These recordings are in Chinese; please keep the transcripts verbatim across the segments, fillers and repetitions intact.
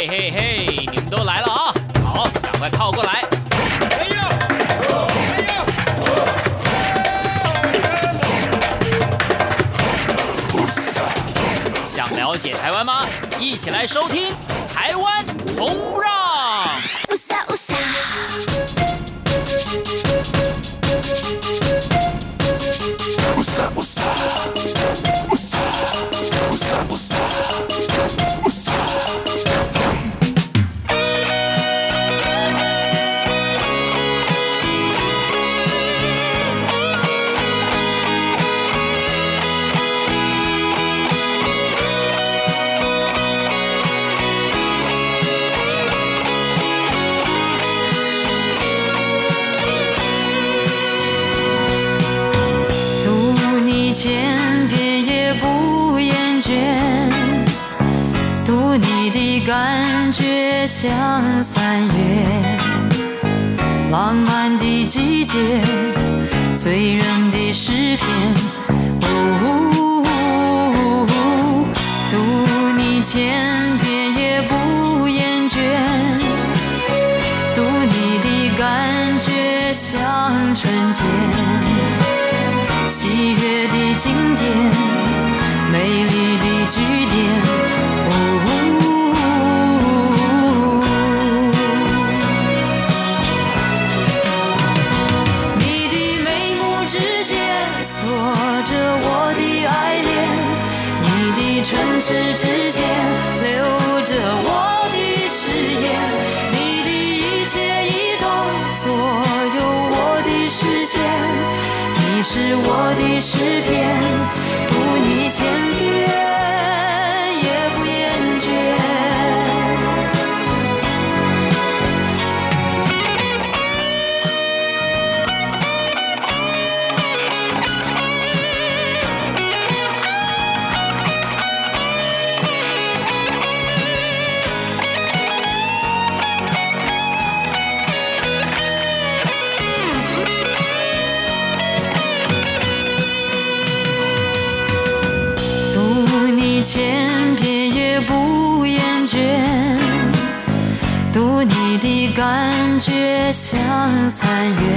嘿嘿嘿，你们都来了啊！好，赶快靠过来。哎呀！哎呀！想了解台湾吗？一起来收听《台湾红不让》。 千遍也不厌倦，读你的感觉像三月，浪漫的季节，醉人的诗篇。哦，读你千遍也不厌倦，读你的感觉像春天。喜悦的经典，美丽的句点。哦，你的眉目之间锁着我的爱恋，你的唇齿之间留着我的誓言，你的一切移动左右我的视线。你是我的诗篇，读你千遍也不厌倦。千遍也不厌倦，读你的感觉像三月，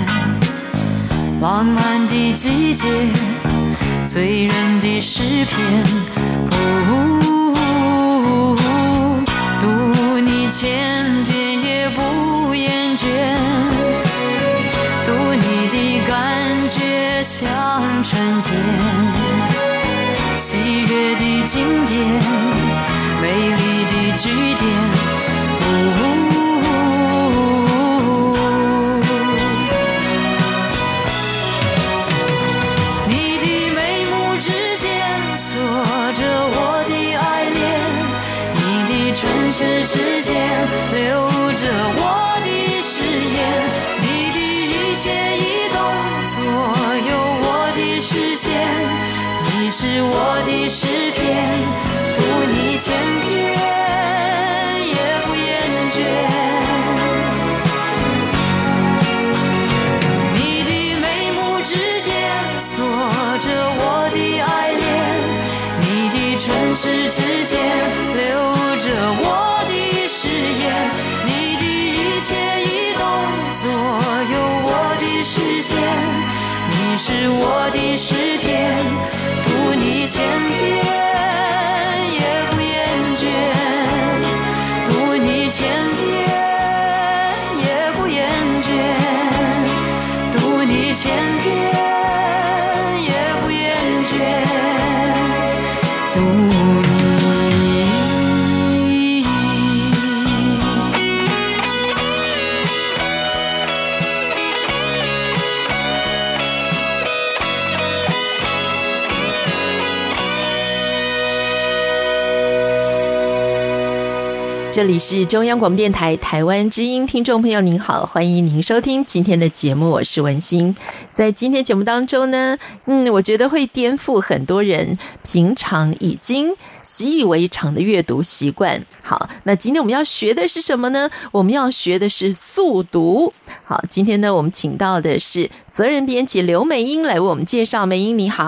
浪漫的季节，醉人的诗篇。哦，读你千遍也不厌倦，读你的感觉像春天。喜悦的经典，美丽的句点。哦，你的眉目之间锁着我的爱恋，你的唇齿之间留着我的誓言，你的一切移动左右我的视线。你是我的诗篇，读你千遍也不厌倦。你的眉目之间锁着我的爱恋，你的唇齿之间留着我的誓言，你的一切移动左右我的视线。你是我的诗篇，读你千遍也不厌倦，读你千遍也不厌倦，读你千遍也不厌倦，读你。 这里是中央广播电台台湾之音，听众朋友您好，欢迎您收听今天的节目，我是文心。在今天节目当中呢，嗯，我觉得会颠覆很多人平常已经习以为常的阅读习惯。好，那今天我们要学的是什么呢？我们要学的是速读。好，今天呢，我们请到的是责任编辑刘美英来为我们介绍。美英你好。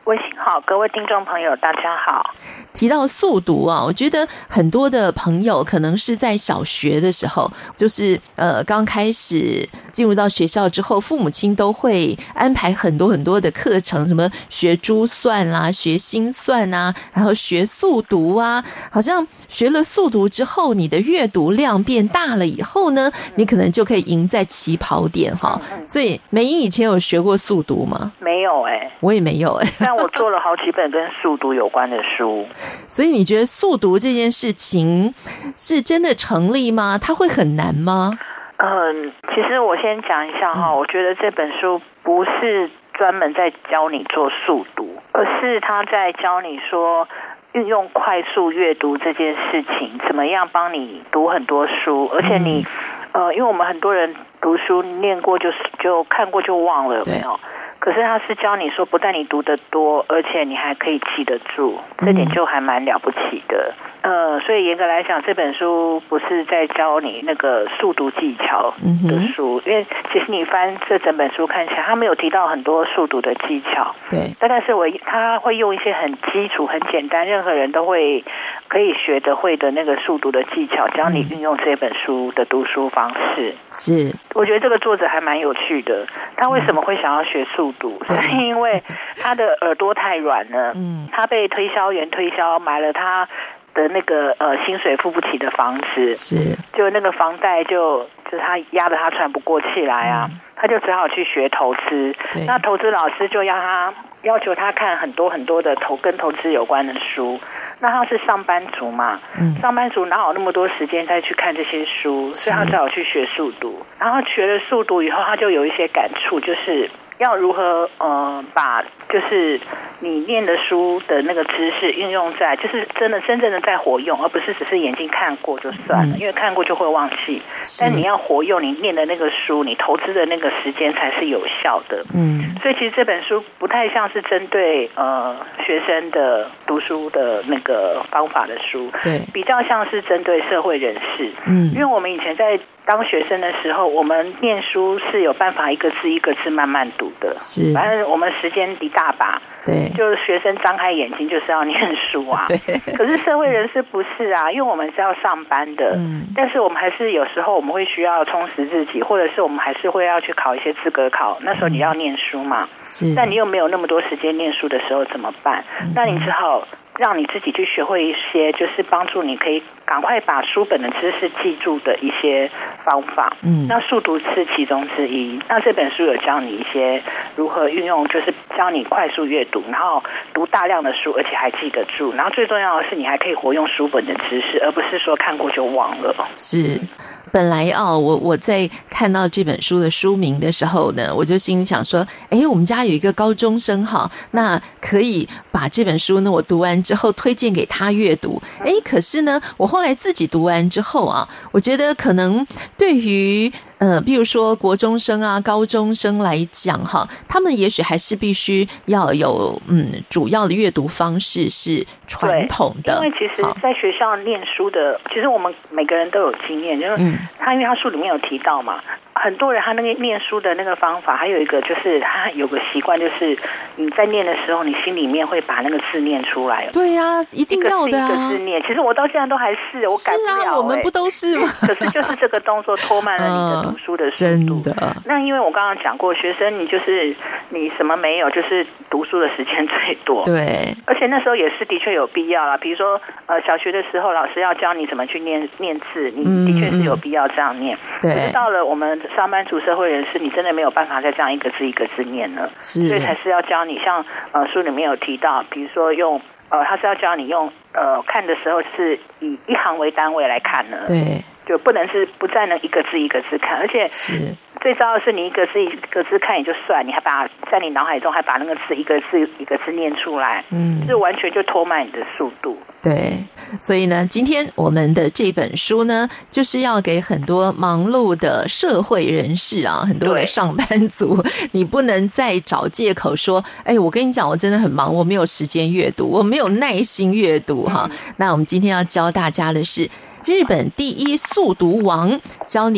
微信好，各位听众朋友，大家好。 提到速读啊，我觉得很多的朋友可能是在小学的时候，就是呃刚开始进入到学校之后，父母亲都会安排很多很多的课程，什么学珠算啦、学心算啊，然后学速读啊，好像学了速读之后，你的阅读量变大了以后呢，你可能就可以赢在起跑点哈。所以美英以前有学过速读吗？ 没有哎、欸， 我也没有哎、欸。 但我做了好几本跟速读有关的书。 所以你觉得速读这件事情是真的成立吗？它会很难吗？ 嗯，其实我先讲一下哈、嗯，我觉得这本书不是专门在教你做速读，而是他在教你说运用快速阅读这件事情，怎么样帮你读很多书，而且你、嗯、呃，因为我们很多人读书念过就就看过就忘了，有没有？可是他是教你说，不但你读得多，而且你还可以记得住，这点就还蛮了不起的。呃，所以严格来讲，这本书不是在教你那个速读技巧的书，嗯、因为其实你翻这整本书看起来，他没有提到很多速读的技巧。 对， 但是我他会用一些很基础、很简单，任何人都会可以学得会的那个速读的技巧，教你运用这本书的读书方式。 是， 我觉得这个作者还蛮有趣的。他为什么会想要学速读？嗯、是因为他的耳朵太软了，嗯，他被推销员推销买了他的那个呃薪水付不起的房子， 是， 就那个房贷就就是他压得他喘不过气来啊，嗯、他就只好去学投资。那投资老师就要他要求他看很多很多的投跟投资有关的书。那他是上班族嘛，嗯、上班族哪有那么多时间再去看这些书？所以他只好去学速读。然后学了速读以后，他就有一些感触，就是要如何呃把就是你念的书的那个知识运用在，就是真的真正的在活用，而不是只是眼睛看过就算了，嗯、因为看过就会忘记。但你要活用你念的那个书，你投资的那个时间才是有效的。嗯，所以其实这本书不太像是针对呃学生的读书的那个方法的书， 对， 比较像是针对社会人士。嗯，因为我们以前在当学生的时候，我们念书是有办法一个字一个字慢慢读的， 是， 反正我们时间一大把， 对， 就是学生张开眼睛就是要念书啊， 对。 可是社会人士不是啊，因为我们是要上班的，嗯，但是我们还是有时候我们会需要充实自己，或者是我们还是会要去考一些资格考，那时候你要念书嘛， 是， 但你又没有那么多时间念书的时候怎么办？嗯、那你只好让你自己去学会一些，就是帮助你可以赶快把书本的知识记住的一些方法。嗯，那速读是其中之一。那这本书有教你一些如何运用，就是教你快速阅读，然后读大量的书，而且还记得住。然后最重要的是，你还可以活用书本的知识，而不是说看过就忘了。 是。本来啊，我我在看到这本书的书名的时候呢，我就心里想说，哎，我们家有一个高中生哈，那可以把这本书呢，我读完之后推荐给他阅读。哎，可是呢，我后来自己读完之后啊，我觉得可能对于呃，比如说国中生啊、高中生来讲哈，他们也许还是必须要有嗯主要的阅读方式是传统的。 因为其实在学校念书的，其实我们每个人都有经验，就是他因为他书里面有提到嘛。很多人他那个念书的那个方法，还有一个就是他有个习惯，就是你在念的时候，你心里面会把那个字念出来。 对呀、啊，一定要的啊！ 一个字念，其实我到现在都还是，我改不了、欸。 是啊，我们不都是吗？ 可是就是这个动作拖慢了你的读书的速度。 嗯、真的。 那因为我刚刚讲过，学生你就是你什么没有，就是读书的时间最多。 对。 而且那时候也是的确有必要啦，比如说呃小学的时候，老师要教你怎么去念念字，你的确是有必要这样念。 对、嗯。 可是到了我们上班族社会人士，你真的没有办法再这样一个字一个字念了， 是， 所以才是要教你，像呃书里面有提到，比如说用呃，他是要教你用呃看的时候是以一行为单位来看呢， 对， 就不能是不再能一个字一个字看，而且是最糟的是你一个字一个字看也就算，你还把在你脑海中还把那个字一个字一个字念出来，嗯，就完全就拖慢你的速度。 对，所以呢，今天我们的这本书呢，就是要给很多忙碌的社会人士啊，很多的上班族，你不能再找借口说，哎，我跟你讲，我真的很忙，我没有时间阅读，我没有耐心阅读哈。那我们今天要教大家的是日本第一速读王，教你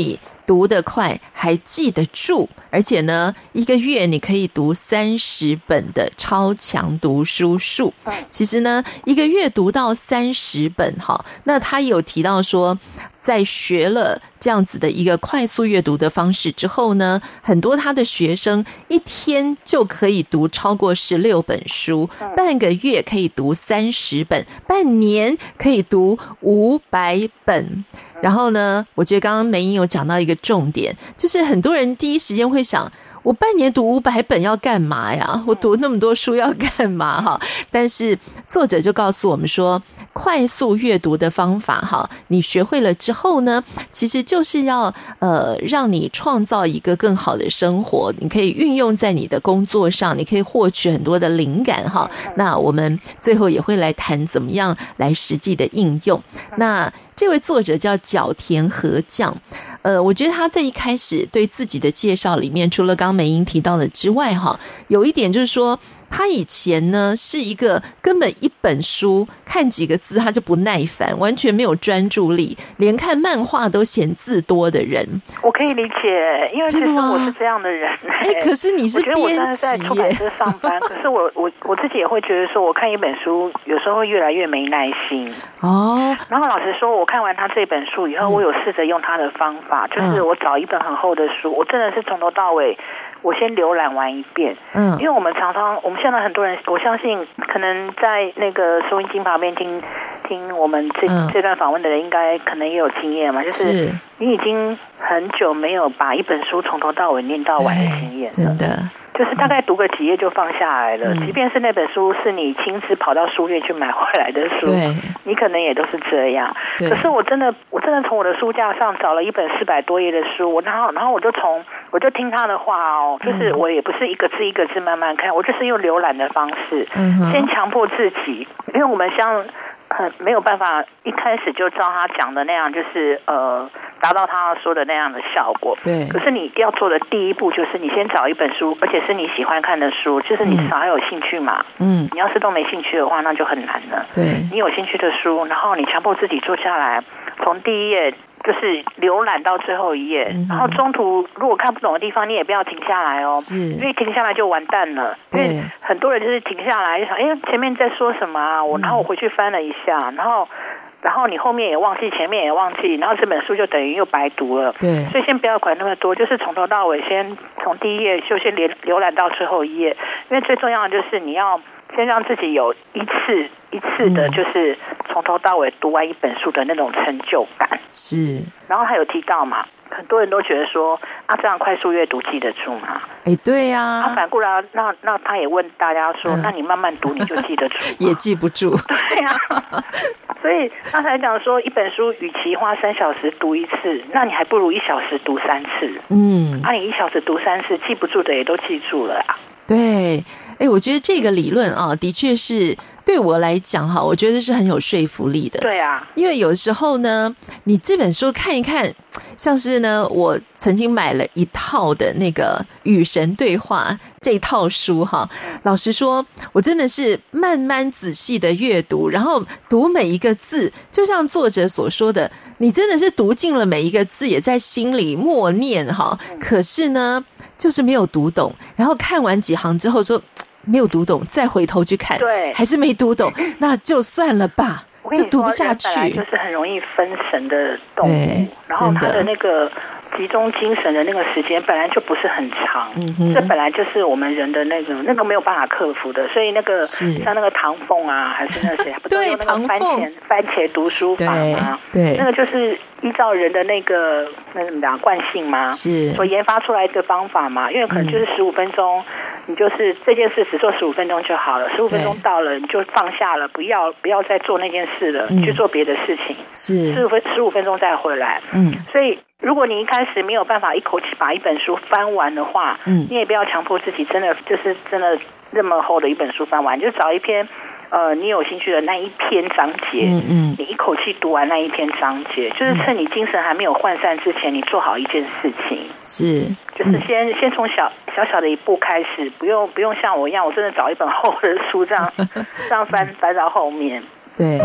读得快，还记得住，而且呢，一个月你可以读三十本的超强读书术。其实呢，一个月读到三十本，哈，那他有提到说，在学了这样子的一个快速阅读的方式之后呢，很多他的学生一天就可以读超过十六本书，半个月可以读三十本，半年可以读五百本。然后呢，我觉得刚刚梅英有讲到一个重点，就是很多人第一时间会想，我半年读五百本要干嘛呀？我读那么多书要干嘛哈？但是作者就告诉我们说，快速阅读的方法哈，你学会了之后呢，其实就是要呃让你创造一个更好的生活，你可以运用在你的工作上，你可以获取很多的灵感哈。那我们最后也会来谈怎么样来实际的应用。那这位作者叫角田和将，呃，我觉得他在一开始对自己的介绍里面，除了刚梅英提到的之外哈，有一点就是说，他以前呢是一个根本一本书看几个字他就不耐烦，完全没有专注力，连看漫画都嫌字多的人。 我可以理解，因为其实我是这样的人。 哎、欸，可是你是编辑耶，我觉得我在出版社上班，可是我我我自己也会觉得说，我看一本书有时候会越来越没耐心哦。 然后老实说，我看完他这本书以后，嗯、我有试着用他的方法，就是我找一本很厚的书，我真的是从头到尾。我先浏览完一遍，嗯，因为我们常常，我们现在很多人，我相信可能在那个收音机旁边听听我们这、嗯、这段访问的人，应该可能也有经验嘛，就是你已经很久没有把一本书从头到尾念到完的经验了， 真的。 就是大概读个几页就放下来了、嗯、即便是那本书是你亲自跑到书院去买回来的书，你可能也都是这样。可是我真的我真的从我的书架上找了一本四百多页的书，我然后然后我就从我就听他的话哦，就是我也不是一个字一个字慢慢看，我就是用浏览的方式、嗯、先强迫自己，因为我们像很没有办法一开始就照他讲的那样，就是呃达到他说的那样的效果。 对。 可是你要做的第一步就是你先找一本书，而且是你喜欢看的书，就是你至少还有兴趣嘛。嗯。你要是都没兴趣的话，那就很难了。 对。 你有兴趣的书，然后你强迫自己坐下来，从第一页就是浏览到最后一页、嗯，然后中途如果看不懂的地方，你也不要停下来哦，因为停下来就完蛋了。因为很多人就是停下来就想，哎，前面在说什么啊？我然后我回去翻了一下，然后然后你后面也忘记，前面也忘记，然后这本书就等于又白读了。 对， 所以先不要管那么多，就是从头到尾先从第一页就先连浏览到最后一页，因为最重要的就是你要先让自己有一次一次的，就是从头到尾读完一本书的那种成就感。 是。 然后还有提到嘛，很多人都觉得说啊，这样快速阅读记得住吗？ 哎，对呀、啊。 他反过来，那那他也问大家说，嗯、那你慢慢读你就记得住吗？ 也记不住。 对呀、啊。所以刚才讲说，一本书与其花三小时读一次，那你还不如一小时读三次。嗯。啊，你一小时读三次，记不住的也都记住了啊。 对，哎，我觉得这个理论啊，的确是对我来讲哈，我觉得是很有说服力的。 对啊， 因为有时候呢，你这本书看一看，像是呢，我曾经买了一套的那个《与神对话》这套书哈，老实说，我真的是慢慢仔细的阅读，然后读每一个字，就像作者所说的，你真的是读进了每一个字，也在心里默念哈。可是呢，就是没有读懂，然后看完几行之后说没有读懂，再回头去看， 对， 还是没读懂，那就算了吧，就读不下去。 本来就是很容易分神的动物，然后他的那个集中精神的那个时间本来就不是很长，嗯、这本来就是我们人的那个那个没有办法克服的，所以那个像那个唐凤啊，还是那谁，不都用那个番茄番茄读书法吗？ 对， 那个就是依照人的那个那怎么讲惯性吗？ 是所研发出来的方法嘛？因为可能就是十五分钟。嗯，你就是这件事只做十五分钟就好了，十五分钟到了你就放下了，不要不要再做那件事了，嗯、去做别的事情。 是十五分十五分钟再回来。嗯，所以如果你一开始没有办法一口气把一本书翻完的话，嗯，你也不要强迫自己真的就是真的那么厚的一本书翻完，就找一篇。呃，你有兴趣的那一篇章节，嗯嗯，你一口气读完那一篇章节，就是趁你精神还没有涣散之前，你做好一件事情。 是， 就是先、嗯、先从小小小的一步开始，不用不用像我一样，我真的找一本厚的书这样这样翻翻到后面。 对。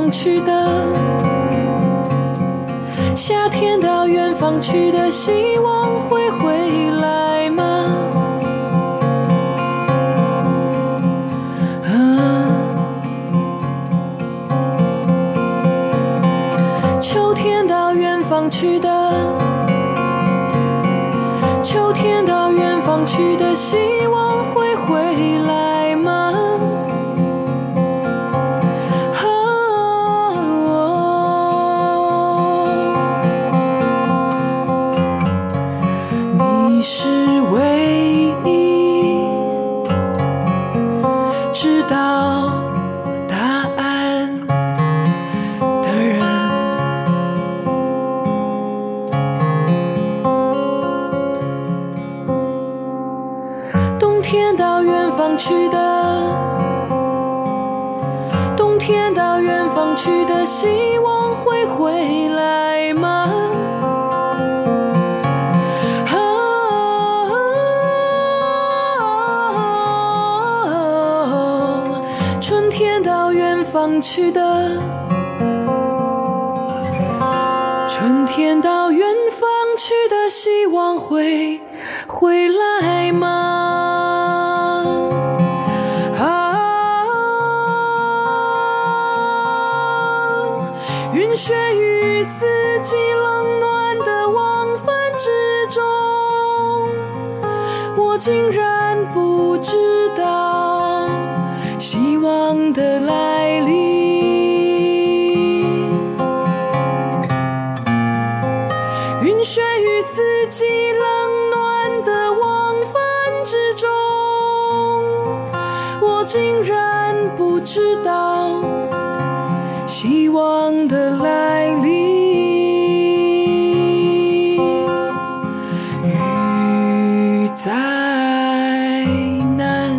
方去的，夏天到远方去的，希望会回来吗？秋天到远方去的，秋天到远方去的，希望会回来吗？你是唯一知道答案的人。冬天到远方去的，冬天到远方去的，希望会回来吗？春天到远方去的，春天到远方去的，希望会回来吗？啊，云雪雨四季冷暖的往返之中，我竟然不知道希望的来临。云雪雨四季冷暖的往返之中，我竟然不知道希望的来临。雨再难，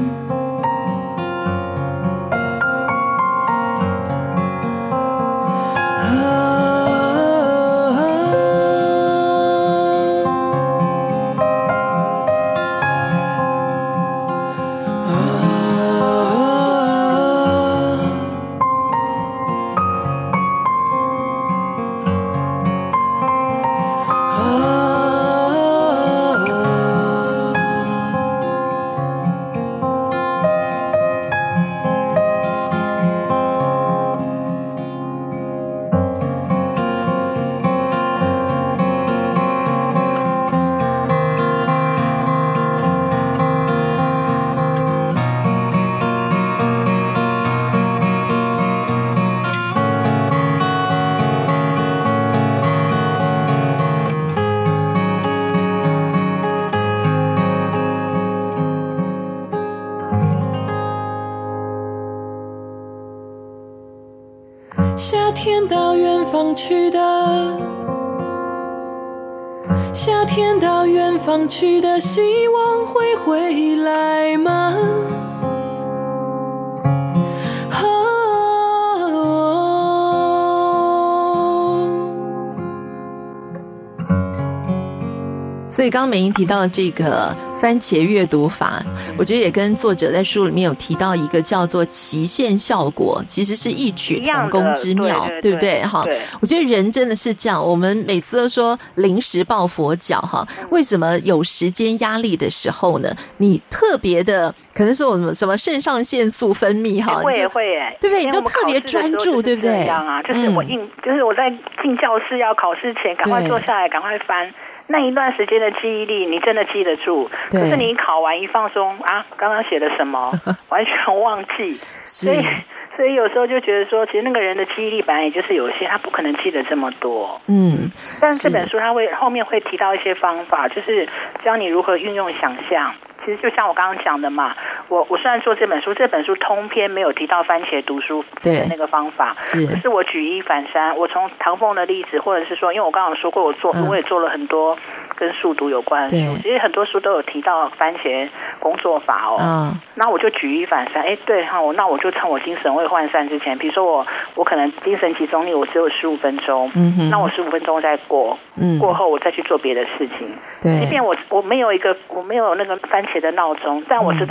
夏天到远方去的，夏天到远方去的，希望会回来吗？ 所以刚刚美英提到这个番茄阅读法，我觉得也跟作者在书里面有提到一个叫做期限效果，其实是异曲同工之妙， 对, 对, 对, 对不对？哈，我觉得人真的是这样，我们每次都说临时抱佛脚哈，为什么有时间压力的时候呢？你特别的可能是我们什么肾上腺素分泌哈， 会也会哎， 对不对？你就特别专注，对不对？ 这样啊，就是我应、嗯，就是我在进教室要考试前，赶快坐下来，赶快翻。那一段时间的记忆力，你真的记得住。可是你考完一放松啊，刚刚写的什么，完全忘记。所以，所以有时候就觉得说，其实那个人的记忆力本来也就是有限，他不可能记得这么多。嗯。但是这本书他会后面会提到一些方法，就是教你如何运用想象。其实就像我刚刚讲的嘛，我我虽然做这本书，这本书通篇没有提到番茄读书的那个方法，是，可是我举一反三，我从唐凤的例子，或者是说，因为我刚刚说过，我做、嗯、我也做了很多跟速读有关的书，其实很多书都有提到番茄工作法哦。嗯，那我就举一反三，哎，对哈，我那我就趁我精神未涣散之前，比如说我我可能精神集中力我只有十五分钟，嗯哼，那我十五分钟再过，嗯，过后我再去做别的事情，对，即便我我没有一个我没有那个番茄的闹钟，但我知道有这样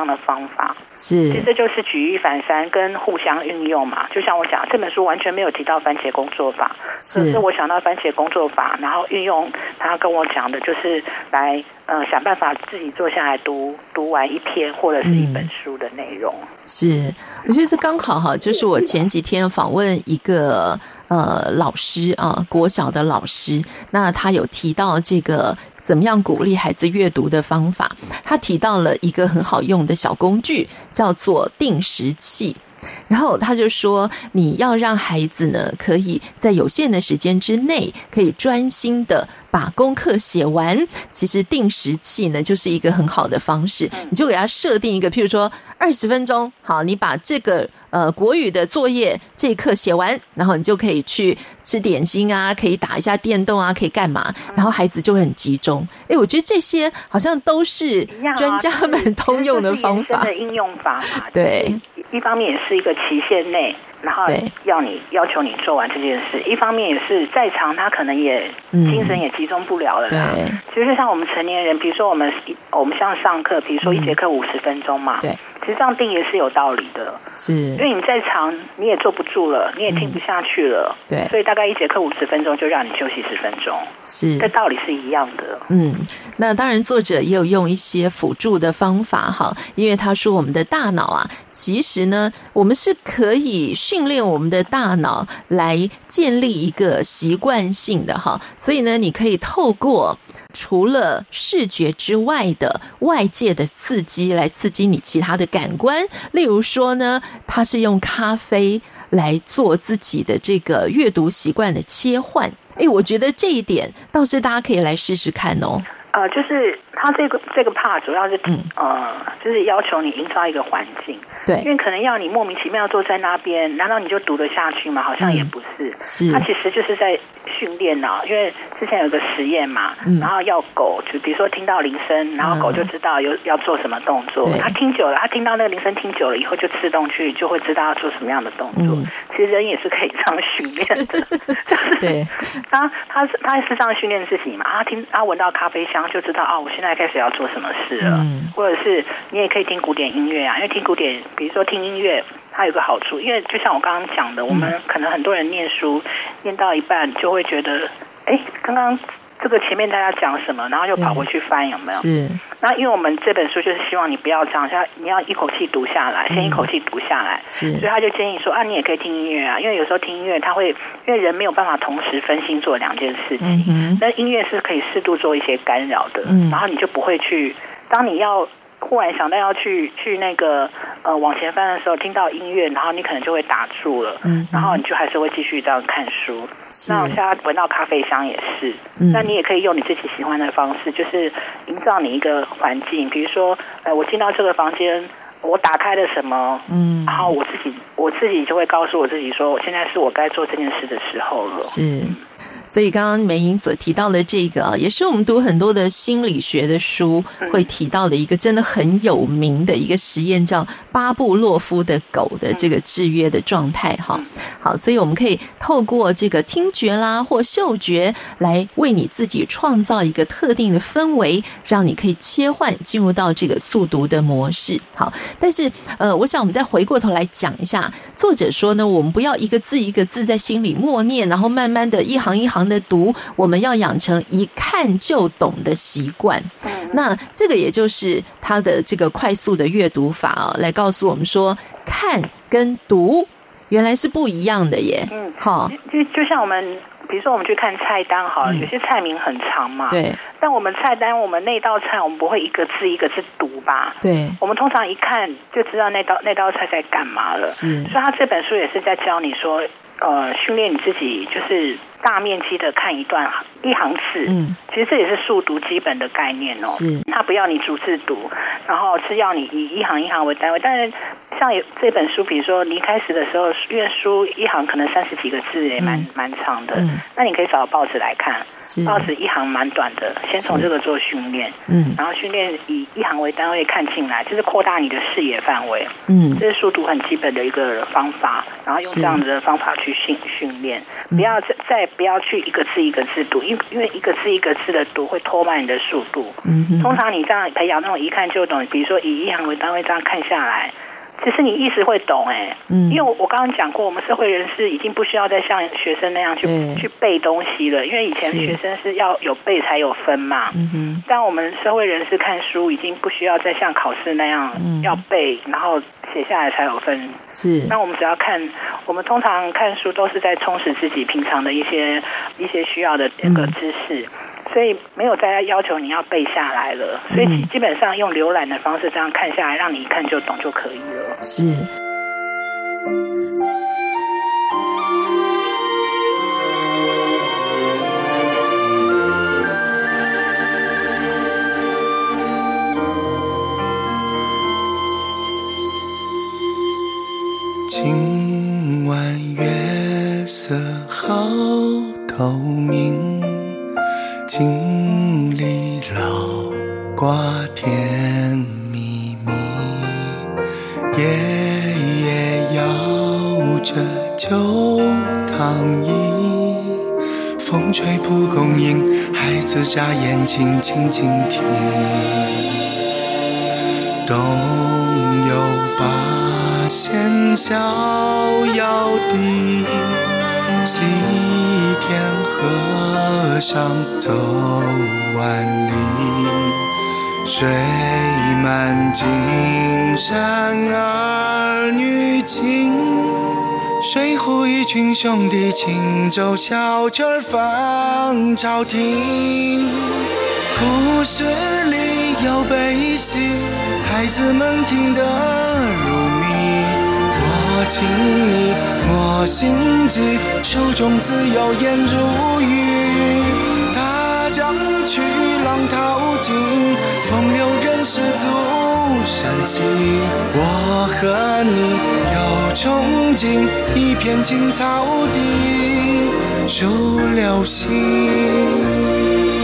的方法。 是， 其实这就是举一反三跟互相运用嘛。就像我讲，这本书完全没有提到番茄工作法，可是我想到番茄工作法，然后运用他跟我讲的，就是来呃想办法自己坐下来读读完一篇或者是一本书的内容。嗯、 是，我觉得这刚好哈，就是我前几天访问一个呃老师啊，国小的老师，那他有提到这个怎么样鼓励孩子阅读的方法，他提到了一个很好用的小工具，叫做定时器。然后他就说，你要让孩子呢，可以在有限的时间之内，可以专心的把功课写完。其实定时器呢，就是一个很好的方式，你就给他设定一个，譬如说二十分钟，好，你把这个呃国语的作业这一课写完，然后你就可以去吃点心啊，可以打一下电动啊，可以干嘛？然后孩子就会很集中。哎，我觉得这些好像都是专家们通用的方法， 的应用法嘛。 对， 一方面也是一个期限内，然后要你要求你做完这件事；一方面也是再长，他可能也精神也集中不了了啦。对，其实就像我们成年人，比如说我们我们像上课，比如说一节课五十分钟嘛，对，其实这样定也是有道理的。是，因为你再长你也坐不住了，你也听不下去了。嗯、对，所以大概一节课五十分钟，就让你休息十分钟。是，这道理是一样的。 嗯，那当然作者也有用一些辅助的方法哈，因为他说我们的大脑啊，其实呢，我们是可以训练我们的大脑来建立一个习惯性的哈，所以呢，你可以透过除了视觉之外的外界的刺激来刺激你其他的感官，例如说呢，他是用咖啡来做自己的这个阅读习惯的切换。哎，我觉得这一点倒是大家可以来试试看哦。 呃，就是他这个这个 part 主要是、嗯、呃，就是要求你营造一个环境，对，因为可能要你莫名其妙坐在那边，难道你就读得下去吗？好像也不是，嗯、是，他其实就是在训练脑，因为之前有个实验嘛，嗯、然后要狗，就比如说听到铃声，然后狗就知道有要做什么动作，他听久了，他听到那个铃声听久了以后就自动去就会知道要做什么样的动作。嗯、其实人也是可以这样训练的，对，他他他是这样训练自己嘛，他听他闻到咖啡香。就知道啊、哦，我现在开始要做什么事了，嗯、或者是你也可以听古典音乐啊，因为听古典，比如说听音乐，它有个好处，因为就像我刚刚讲的，我们可能很多人念书念到一半就会觉得，哎，刚刚这个前面大家讲什么，然后又跑回去翻，有没有？是。那因为我们这本书就是希望你不要这样，像你要一口气读下来，先一口气读下来。是。所以他就建议说啊，你也可以听音乐啊，因为有时候听音乐，他会因为人没有办法同时分心做两件事情，嗯、那音乐是可以适度做一些干扰的，嗯、然后你就不会去，当你要忽然想到要去去那个呃往前翻的时候，听到音乐，然后你可能就会打住了，嗯，然后你就还是会继续这样看书。那我现在闻到咖啡香也是，嗯、那你也可以用你自己喜欢的方式，就是营造你一个环境，比如说，呃，我进到这个房间。我打开了什么，嗯，然后我自己我自己就会告诉我自己说，现在是我该做这件事的时候了。是， 所以刚刚梅莹所提到的这个，也是我们读很多的心理学的书会提到的一个真的很有名的一个实验，叫巴布洛夫的狗的这个制约的状态哈。好，所以我们可以透过这个听觉啦或嗅觉来为你自己创造一个特定的氛围，让你可以切换进入到这个速读的模式。好。但是，呃，我想我们再回过头来讲一下，作者说呢，我们不要一个字一个字在心里默念，然后慢慢的一行一行的读，我们要养成一看就懂的习惯。那这个也就是他的这个快速的阅读法啊，来告诉我们说，看跟读原来是不一样的耶。嗯，好， 就就像我们。比如说我们去看菜单好了，有些菜名很长嘛，对。但我们菜单，我们那道菜，我们不会一个字一个字读吧？对。我们通常一看就知道那道那道菜在干嘛了。是。所以他这本书也是在教你说，呃，训练你自己，就是大面积的看一段一行字。嗯。其实这也是速读基本的概念哦。是。他不要你逐字读，然后是要你以一行一行为单位，但是像有这本书，比如说你一开始的时候，因为书一行可能三十几个字也蛮蛮、嗯、长的、嗯，那你可以找报纸来看，报纸一行蛮短的，先从这个做训练，嗯，然后训练以一行为单位看进来，就是扩大你的视野范围，嗯，这是书读很基本的一个方法，然后用这样的方法去训训练，不要再再不要去一个字一个字读，因因为一个字一个字的读会拖慢你的速度，嗯，通常你这样培养那种一看就懂，比如说以一行为单位这样看下来。其实你意识会懂哎、欸，嗯，因为我我刚刚讲过，我们社会人士已经不需要再像学生那样去去背东西了，因为以前学生是要有背才有分嘛，嗯哼，但我们社会人士看书已经不需要再像考试那样、嗯、要背，然后写下来才有分，是。那我们只要看，我们通常看书都是在充实自己平常的一些一些需要的那个知识。嗯，所以没有再要求你要背下来了，所以基本上用浏览的方式这样看下来，让你一看就懂就可以了。 是。 今晚月色好透明，经历老瓜甜蜜蜜，爷爷摇着旧躺椅，风吹蒲公英，孩子眨眼睛静静听，东有八仙逍遥地，西天和尚走万里，水漫金山儿女情，水浒一群兄弟轻舟小曲儿放朝廷，故事里有悲喜，孩子们听得入迷，我情你我心悸，书中自有颜如玉，大江去浪淘尽，风流人世足山西，我和你有憧憬，一片青草地数流星。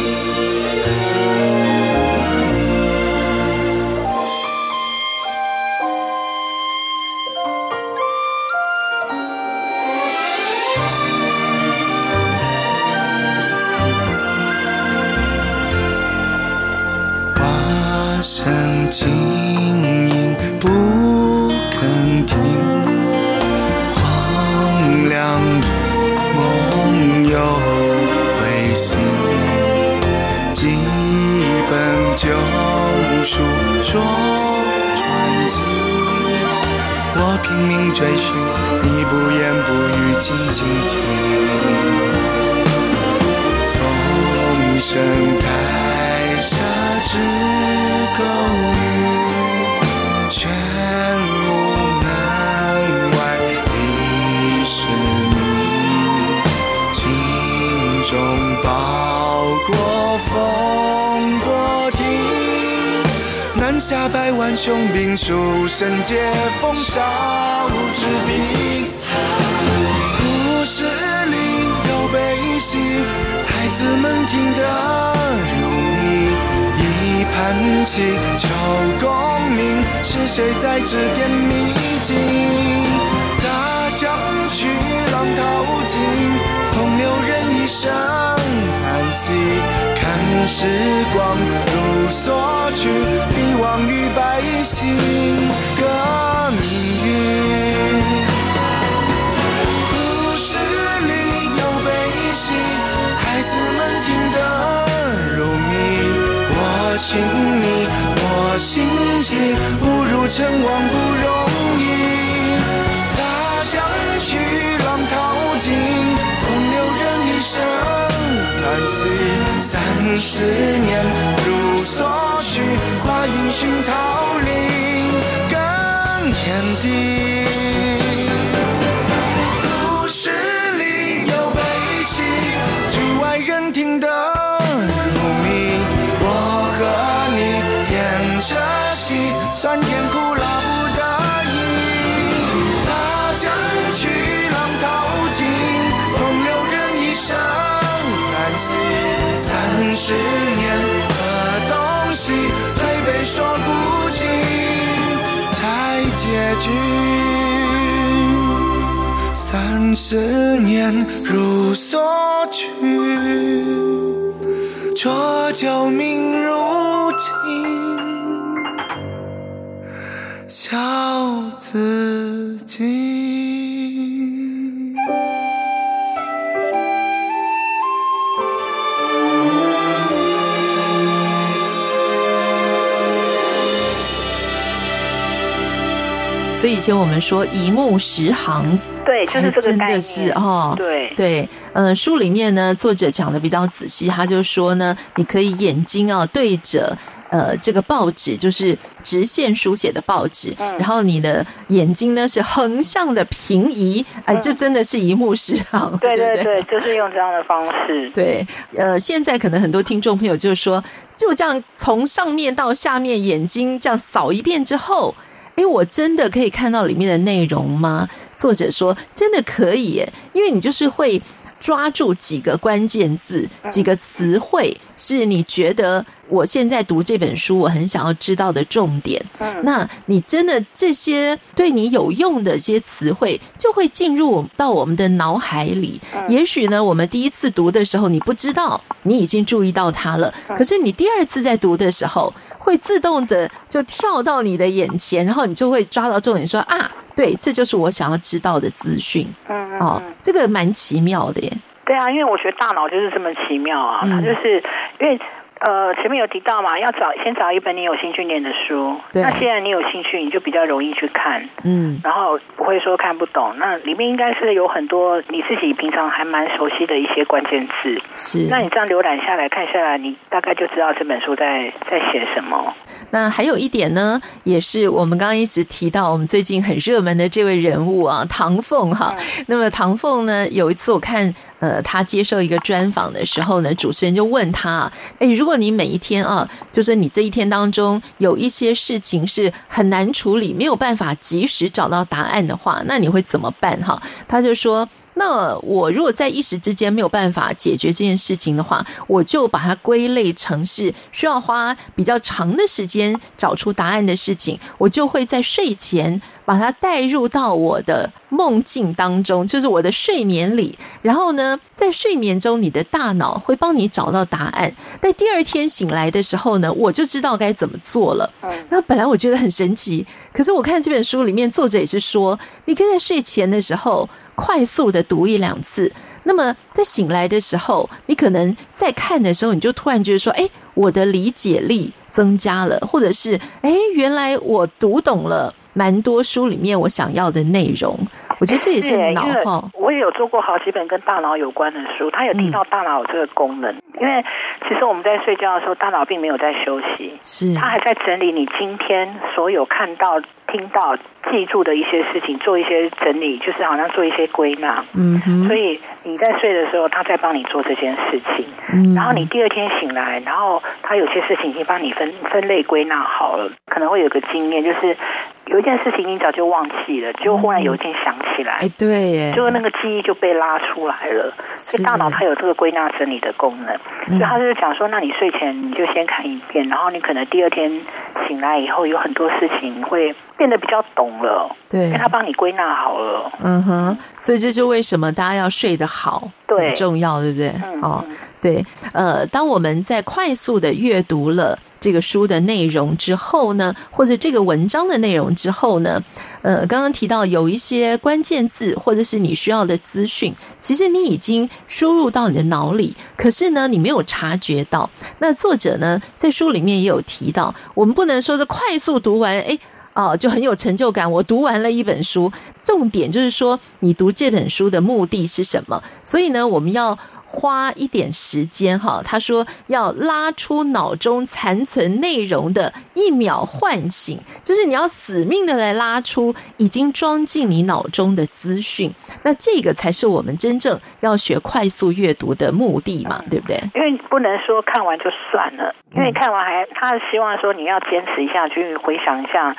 声轻盈不肯停，荒凉里梦有微星，几本旧书说传奇，我拼命追寻，你不言不语静静听，风声在沙之狗语，全无门外已是你，心中报国风波亭，南下百万雄兵，书生解风少之兵，故事里有悲喜，孩子们听得入迷，一盘棋求功名，是谁在指点迷津，大江去浪淘尽，风流人一生叹息，看时光如所去，必忘于百姓革命运，故事里有悲喜，孩子们听得入迷，我情你我心悸，不如成王不容易，大江去浪淘尽，风流人一生叹息，三十年如所去，跨云寻桃林更天地，故事里有悲喜，局外人听得入迷，我和你演着戏，酸甜苦辣不得已， 争取浪淘尽，风流人一生难息。三十年的东西，推杯说不尽，才结局。三十年如所趋，浊酒明如镜，笑自己。 所以以前我们说一目十行， 对，就是这个概念， 真的是哦， 对对，呃，书里面呢，作者讲的比较仔细，他就说呢，你可以眼睛啊对着呃这个报纸，就是直线书写的报纸，嗯、然后你的眼睛呢是横向的平移，哎，这真的是一目十行，嗯、 对对对对，就是用这样的方式。 对，呃，现在可能很多听众朋友就说，就这样从上面到下面眼睛这样扫一遍之后。哎，我真的可以看到里面的内容吗？作者说真的可以耶，因为你就是会抓住几个关键字、几个词汇，是你觉得我现在读这本书我很想要知道的重点。嗯，那你真的这些对你有用的这些词汇就会进入到我们的脑海里。嗯、也许呢，我们第一次读的时候你不知道，你已经注意到它了，嗯、可是你第二次在读的时候，会自动的就跳到你的眼前，然后你就会抓到重点说啊，对，这就是我想要知道的资讯。嗯, 嗯, 嗯，哦，这个蛮奇妙的耶。 对啊，因为我觉得大脑就是这么奇妙啊，它、嗯、就是因为。呃，前面有提到嘛，要找先找一本你有兴趣念的书。那既然你有兴趣，你就比较容易去看，嗯，然后不会说看不懂。那里面应该是有很多你自己平常还蛮熟悉的一些关键字。 是， 那你这样浏览下来看下来，你大概就知道这本书在在写什么。 那还有一点呢，也是我们刚刚一直提到我们最近很热门的这位人物啊，唐凤哈。嗯、那么唐凤呢，有一次我看呃他接受一个专访的时候呢，主持人就问他，哎，如果你每一天啊，就是你这一天当中有一些事情是很难处理，没有办法及时找到答案的话，那你会怎么办？哈，他就说，那我如果在一时之间没有办法解决这件事情的话，我就把它归类成是需要花比较长的时间找出答案的事情，我就会在睡前把它带入到我的梦境当中，就是我的睡眠里，然后呢，在睡眠中你的大脑会帮你找到答案，在第二天醒来的时候呢，我就知道该怎么做了。那本来我觉得很神奇，可是我看这本书里面作者也是说，你可以在睡前的时候快速的读一两次，那么在醒来的时候，你可能在看的时候，你就突然觉得说，哎，我的理解力增加了，或者是哎，原来我读懂了蛮多书里面我想要的内容。我觉得这也是脑哈。 我也有做过好几本跟大脑有关的书，它有提到大脑有这个功能。嗯、因为其实我们在睡觉的时候，大脑并没有在休息， 是它还在整理你今天所有看到、听到、记住的一些事情，做一些整理，就是好像做一些归纳。嗯哼。所以你在睡的时候，它在帮你做这件事情。嗯。然后你第二天醒来，然后它有些事情已经帮你分分类归纳好了，可能会有个经验，就是有一件事情你早就忘记了，就忽然有一件想起来， 哎，对耶， 就那个记忆就被拉出来了。所以大脑它有这个归纳整理的功能，所以他就是讲说，那你睡前你就先看一遍，然后你可能第二天醒来以后，有很多事情会变得比较懂了， 对， 因为他帮你归纳好了。 嗯哼，所以这就为什么大家要睡得好， 对， 很重要，对不对？ 嗯、 哦，对，呃，当我们在快速的阅读了这个书的内容之后呢，或者这个文章的内容之后呢，呃，刚刚提到有一些关键字或者是你需要的资讯，其实你已经输入到你的脑里，可是呢，你没有察觉到。那作者呢，在书里面也有提到，我们不能说的快速读完，哎。哦，就很有成就感。我读完了一本书，重点就是说，你读这本书的目的是什么？所以呢，我们要花一点时间哈。他说要拉出脑中残存内容的一秒唤醒，就是你要死命的来拉出已经装进你脑中的资讯。那这个才是我们真正要学快速阅读的目的嘛，对不对？ 因为不能说看完就算了，因为看完还他希望说你要坚持一下，去回想一下。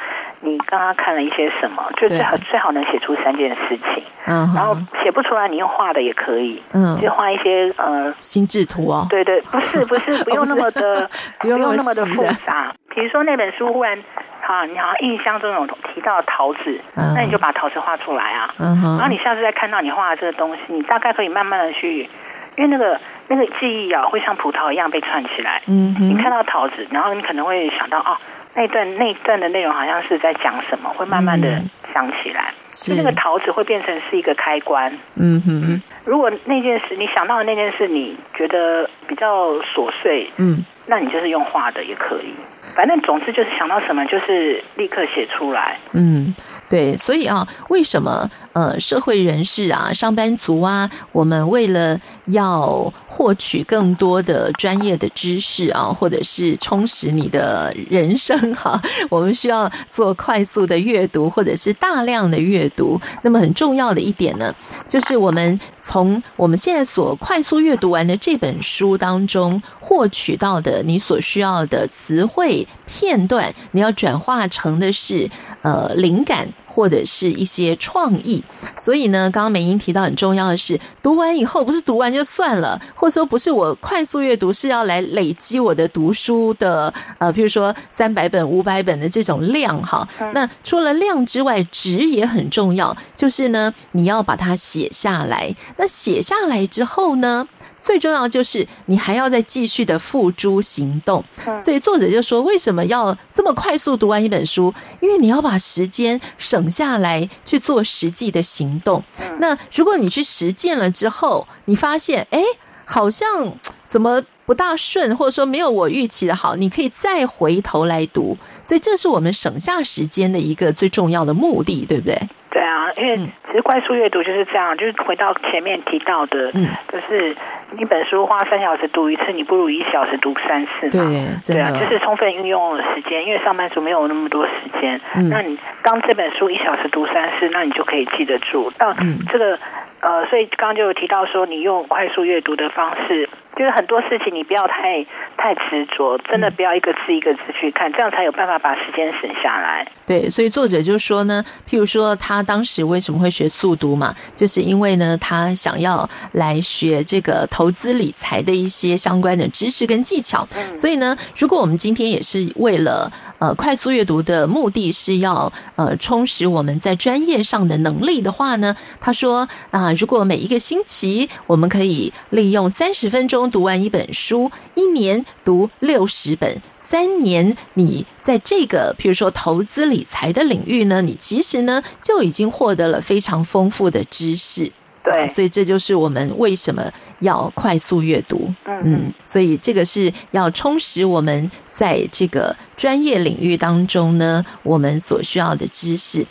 你刚刚看了一些什么，就最好最好能写出三件事情。嗯，然后写不出来，你用画的也可以。嗯，就画一些呃心智图哦。 对对，不是不是，不用那么的，不用那么的复杂。比如说那本书忽然。好，你好像印象中有提到桃子，嗯、那你就把桃子画出来啊。嗯、然后你下次再看到你画的这个东西，你大概可以慢慢的去，因为那个那个记忆啊，会像葡萄一样被串起来。嗯，你看到桃子，然后你可能会想到哦，那一段那一段的内容好像是在讲什么，会慢慢的想起来。是那个桃子会变成是一个开关。嗯哼，如果那件事你想到的那件事，你觉得比较琐碎，嗯，那你就是用画的也可以。反正总之就是想到什么就是立刻写出来。 嗯，对，所以啊，为什么呃社会人士啊、上班族啊，我们为了要获取更多的专业的知识啊，或者是充实你的人生哈、啊，我们需要做快速的阅读或者是大量的阅读。那么很重要的一点呢，就是我们从我们现在所快速阅读完的这本书当中获取到的你所需要的词汇片段，你要转化成的是呃灵感或者是一些创意。所以呢，刚刚美英提到很重要的是，读完以后不是读完就算了，或者说不是我快速阅读，是要来累积我的读书的呃，譬如说三百本、五百本的这种量哈。那除了量之外，质也很重要，就是呢，你要把它写下来。那写下来之后呢，最重要就是你还要再继续的付诸行动。所以作者就说，为什么要这么快速读完一本书？因为你要把时间省下来去做实际的行动。那如果你去实践了之后，你发现哎，好像怎么不大顺，或者说没有我预期的好，你可以再回头来读。所以这是我们省下时间的一个最重要的目的，对不对？ 对啊，因为其实快速阅读就是这样，就是回到前面提到的，嗯，就是一本书花三小时读一次，你不如一小时读三次嘛。 对，真的，对啊， 就是充分运用时间，因为上班族没有那么多时间。嗯，那你当这本书一小时读三次，那你就可以记得住。那这个呃，所以刚刚就有提到说，你用快速阅读的方式。就是很多事情你不要太太执着，真的不要一个字一个字去看，这样才有办法把时间省下来。 对，所以作者就说呢，譬如说他当时为什么会学速读嘛，就是因为呢他想要来学这个投资理财的一些相关的知识跟技巧。嗯，所以呢，如果我们今天也是为了呃快速阅读的目的是要呃充实我们在专业上的能力的话呢，他说啊、呃，如果每一个星期我们可以利用三十分钟读完一本书，一年读六十本，三年你在这个比如说投资理财的领域呢，你其实呢就已经获得了非常丰富的知识。对、啊，所以这就是我们为什么要快速阅读。嗯嗯，所以这个是要充实我们在这个专业领域当中呢，我们所需要的知识。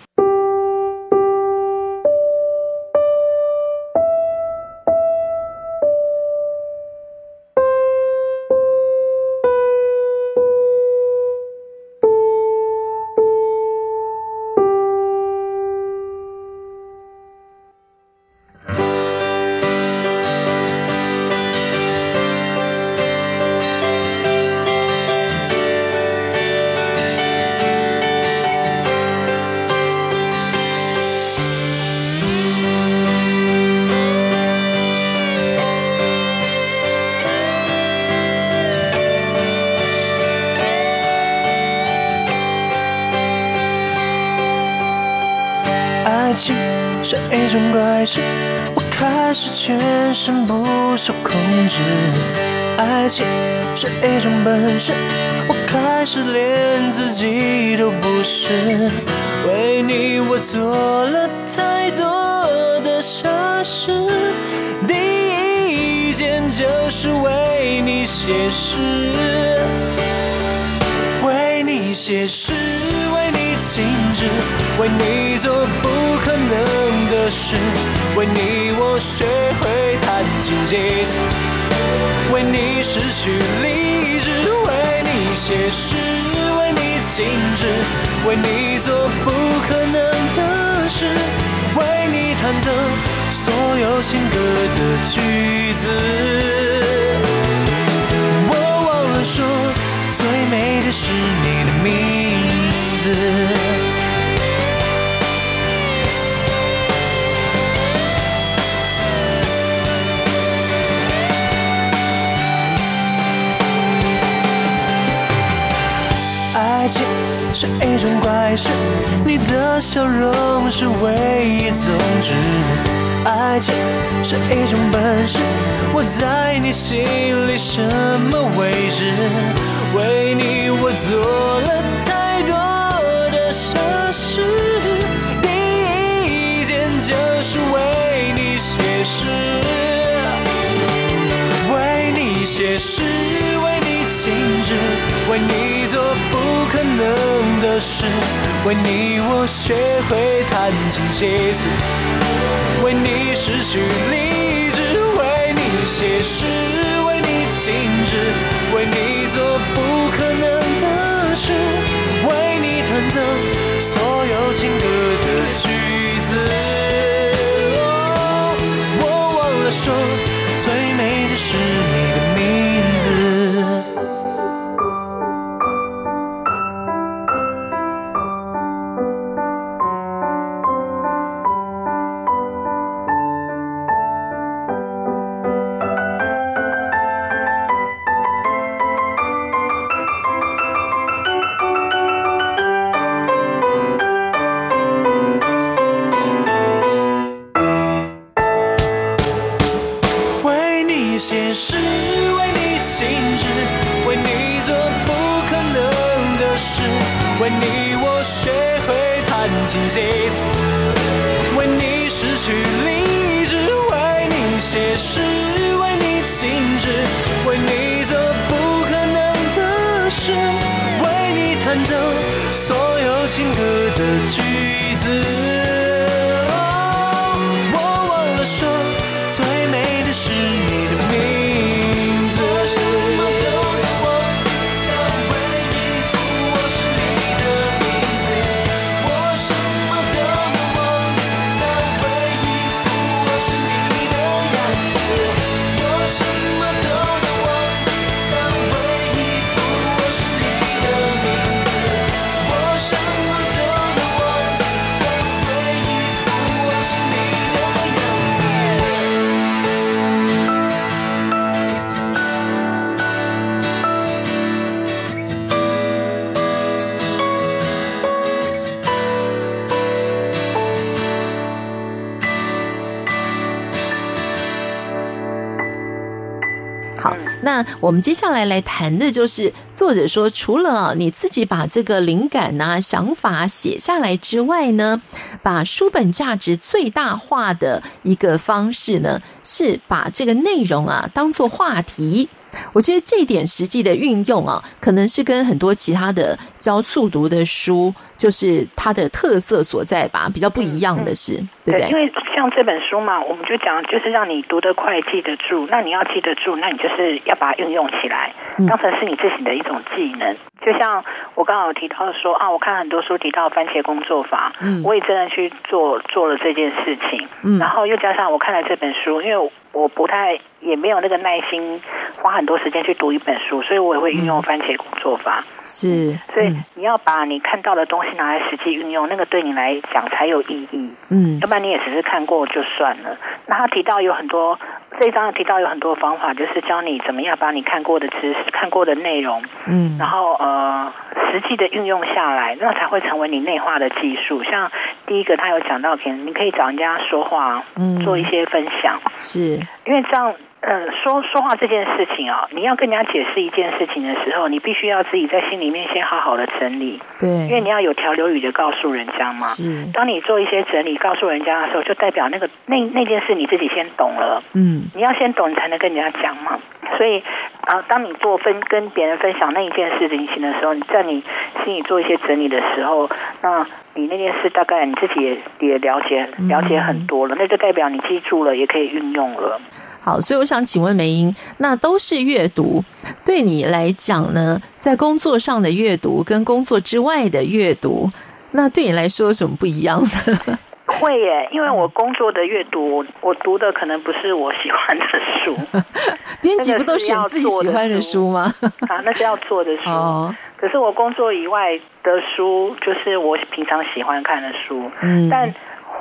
爱情是一种怪事，我开始全身不受控制。爱情是一种本事，我开始连自己都不是。为你我做了太多的傻事，第一件就是为你写诗，为你写诗，为你静止，为你做不可能的事，为你我学会弹琴吉他，为你失去理智，为你写诗，为你静止，为你做不可能的事，为你弹奏所有情歌的句子。我忘了说，最美的是你的名字。 爱情是一种怪事，你的笑容是唯一宗旨。爱情是一种本事，我在你心里什么位置？为你我做了太多的傻事，第一件就是为你写诗，为你写诗，为你静止，为你做不可能的事，为你我学会弹琴写词，为你失去理智，为你写诗，为你静止，为你做不可能的事，为你弹奏所有情歌的句子。哦，我忘了说，最美的是你的名字。写诗，为你静止，为你做不可能的事，为你我学会弹琴写词，为你失去理智，为你写诗，为你静止，为你做不可能的事，为你弹奏所有情歌的句子。哦，我忘了说，最美的是你的名字。我什么都有，我但唯一不我是你的名字。我什么都有，我但唯一不我是你的样子。我什么都有，我但唯一不我是你的名字。我什么都有，我但唯一不我是你的样子。 好，那我们接下来来谈的就是作者说，除了你自己把这个灵感啊、想法写下来之外呢，把书本价值最大化的一个方式呢，是把这个内容啊当作话题。我觉得这一点实际的运用啊，可能是跟很多其他的教速读的书，就是它的特色所在吧，比较不一样的是，嗯、对不对？ 因为像这本书嘛，我们就讲就是让你读得快、记得住。那你要记得住，那你就是要把它运用起来，当成是你自己的一种技能。嗯、就像我刚刚有提到说啊，我看很多书提到番茄工作法，嗯，我也真的去做做了这件事情，嗯，然后又加上我看了这本书，因为我不太也没有那个耐心花很多时间去读一本书，所以我也会运用番茄工作法。 是， 所以你要把你看到的东西拿来实际运用，那个对你来讲才有意义。嗯，要不然你也只是看过就算了。那他提到有很多，这一章提到有很多方法，就是教你怎么样把你看过的知识、看过的内容，嗯，然后呃实际的运用下来，那才会成为你内化的技术。像第一个，他有讲到，你可以找人家说话，嗯，做一些分享， 是因为这样。呃，说说话这件事情啊，你要跟人家解释一件事情的时候，你必须要自己在心里面先好好的整理， 对， 因为你要有条有理的告诉人家嘛。 是， 当你做一些整理告诉人家的时候，就代表那个那那件事你自己先懂了，嗯，你要先懂，你才能跟人家讲嘛。所以啊、呃，当你做分跟别人分享那一件事情的时候，你在你心里做一些整理的时候，那你那件事大概你自己也也了解了解很多了，嗯、那就代表你记住了，也可以运用了。 好，所以我想请问梅英，那都是阅读，对你来讲呢，在工作上的阅读跟工作之外的阅读，那对你来说有什么不一样呢？ 会耶，因为我工作的阅读，我读的可能不是我喜欢的书。 编辑不都选自己喜欢的书吗？ 啊，那是要做的书。哦，可是我工作以外的书，就是我平常喜欢看的书。嗯，但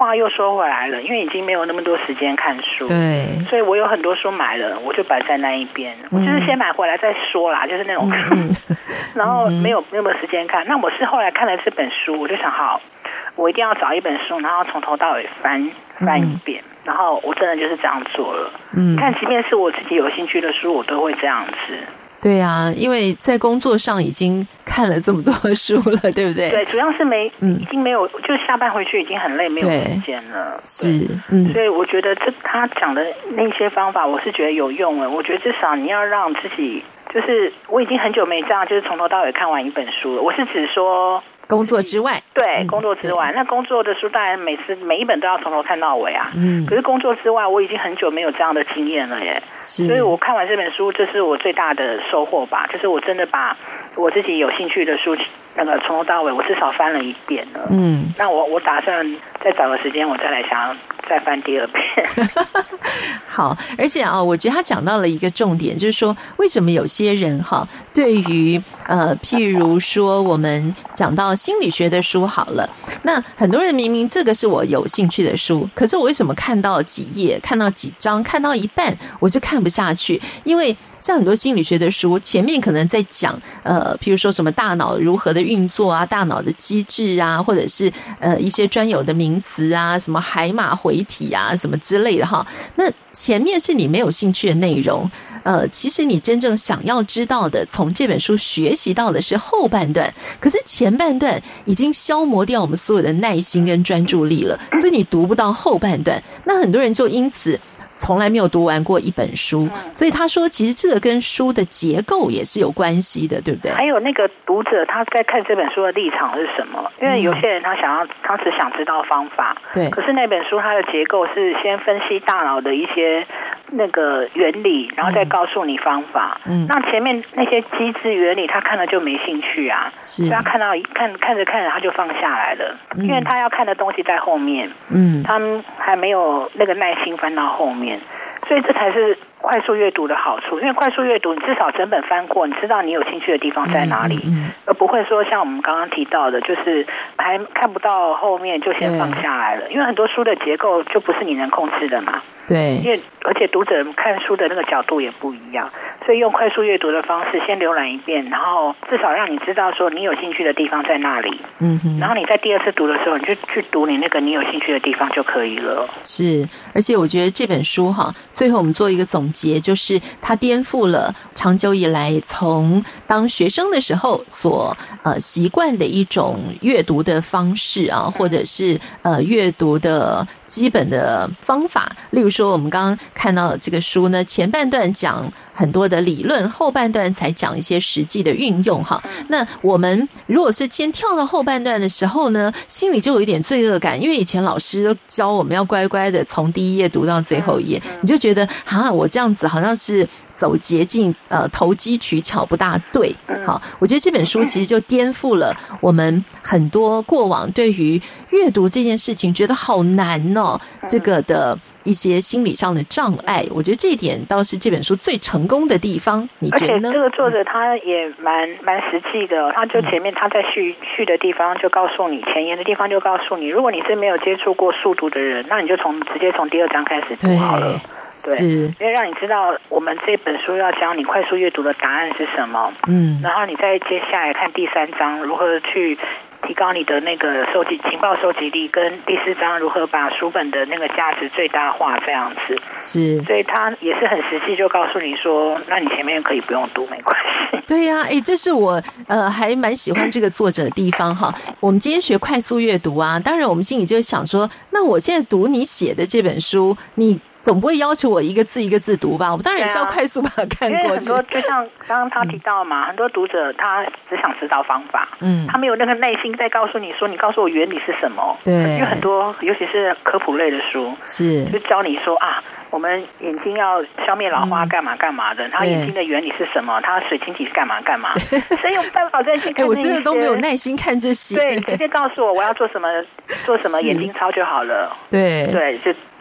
话又说回来了，因为已经没有那么多时间看书， 对， 所以我有很多书买了，我就摆在那一边，嗯、我就是先买回来再说啦，就是那种，嗯、然后没有没有时间看。那我是后来看了这本书，我就想好，我一定要找一本书，然后从头到尾翻翻一遍，嗯、然后我真的就是这样做了。嗯，看，即便是我自己有兴趣的书，我都会这样子。 对啊，因为在工作上已经看了这么多书了，对不对？ 对，主要是没，嗯，已经没有，就是下班回去已经很累，没有时间了。 是，嗯， 所以我觉得这他讲的那些方法，我是觉得有用的。我觉得至少你要让自己，就是我已经很久没这样，就是从头到尾看完一本书了。我是指说。 工作之外， 对，工作之外，嗯、那工作的书当然每次每一本都要从头看到尾啊。嗯，可是工作之外，我已经很久没有这样的经验了耶。是，所以我看完这本书，这是我最大的收获吧。就是我真的把我自己有兴趣的书，那个从头到尾，我至少翻了一遍了。嗯，那我我打算再找个时间，我再来想再翻第二遍。 好，而且啊，我觉得他讲到了一个重点，就是说为什么有些人哈，对于呃，譬如说我们讲到心理学的书好了，那很多人明明这个是我有兴趣的书，可是我为什么看到几页、看到几章、看到一半我就看不下去？因为像很多心理学的书，前面可能在讲呃，譬如说什么大脑如何的运作啊，大脑的机制啊，或者是呃一些专有的名词啊，什么海马回体啊，什么之类的哈。那前面是你没有兴趣的内容，呃，其实你真正想要知道的，从这本书学习到的是后半段，可是前半段已经消磨掉我们所有的耐心跟专注力了，所以你读不到后半段。那很多人就因此从来没有读完过一本书，所以他说其实这个跟书的结构也是有关系的，对不对？ 还有那个读者他在看这本书的立场是什么？因为有些人他想要，他只想知道方法，对。可是那本书它的结构是先分析大脑的一些那个原理，然后再告诉你方法。嗯，那前面那些机制原理他看了就没兴趣啊，是，所以他看到看看着看着他就放下来了，嗯、因为他要看的东西在后面，嗯，他们还没有那个耐心翻到后面。所以这才是快速阅读的好处，因为快速阅读你至少整本翻过，你知道你有兴趣的地方在哪里，嗯嗯嗯、而不会说像我们刚刚提到的，就是还看不到后面就先放下来了，因为很多书的结构就不是你能控制的嘛。对，因为而且读者看书的那个角度也不一样，所以用快速阅读的方式先浏览一遍，然后至少让你知道说你有兴趣的地方在哪里。嗯哼，然后你在第二次读的时候，你就去读你那个你有兴趣的地方就可以了。 是，而且我觉得这本书哈，最后我们做一个总结，就是它颠覆了长久以来从当学生的时候所呃习惯的一种阅读的方式啊，或者是呃阅读的基本的方法，例如说我们刚刚看到这个书呢，前半段讲很多的理论，后半段才讲一些实际的运用哈。那我们如果是先跳到后半段的时候呢，心里就有一点罪恶感，因为以前老师都教我们要乖乖的从第一页读到最后一页，你就觉得啊，我这样子好像是走捷径，呃，投机取巧不大对。好，我觉得这本书其实就颠覆了我们很多过往对于阅读这件事情觉得好难哦，这个的一些心理上的障碍。我觉得这一点倒是这本书最成功的地方，你觉得呢？ 而且这个作者他也蛮蛮实际的，他就前面他在序序的地方就告诉你，前言的地方就告诉你，如果你是没有接触过速读的人，那你就从直接从第二章开始读好了。对，因为让你知道我们这本书要教你快速阅读的答案是什么，嗯，然后你再接下来看第三章如何去提高你的那个收集情报收集力，跟第四章如何把书本的那个价值最大化这样子。是，所以他也是很实际，就告诉你说，那你前面可以不用读没关系。 对呀、啊，哎，这是我呃还蛮喜欢这个作者的地方哈。我们今天学快速阅读啊，当然我们心里就想说，那我现在读你写的这本书，你总不会要求我一个字一个字读吧？我当然是要快速把它看过去。因为很多就像刚刚他提到嘛，嗯、很多读者他只想知道方法，嗯，他没有那个耐心再告诉你说，你告诉我原理是什么？对，因为很多尤其是科普类的书，是就教你说啊，我们眼睛要消灭老花干嘛干嘛的，然后眼睛的原理是什么？它水晶体是干嘛干嘛？所以有办法再去看那些。 我真的都没有耐心看这些。 对，直接告诉我我要做什么做什么眼睛操就好了。对对，就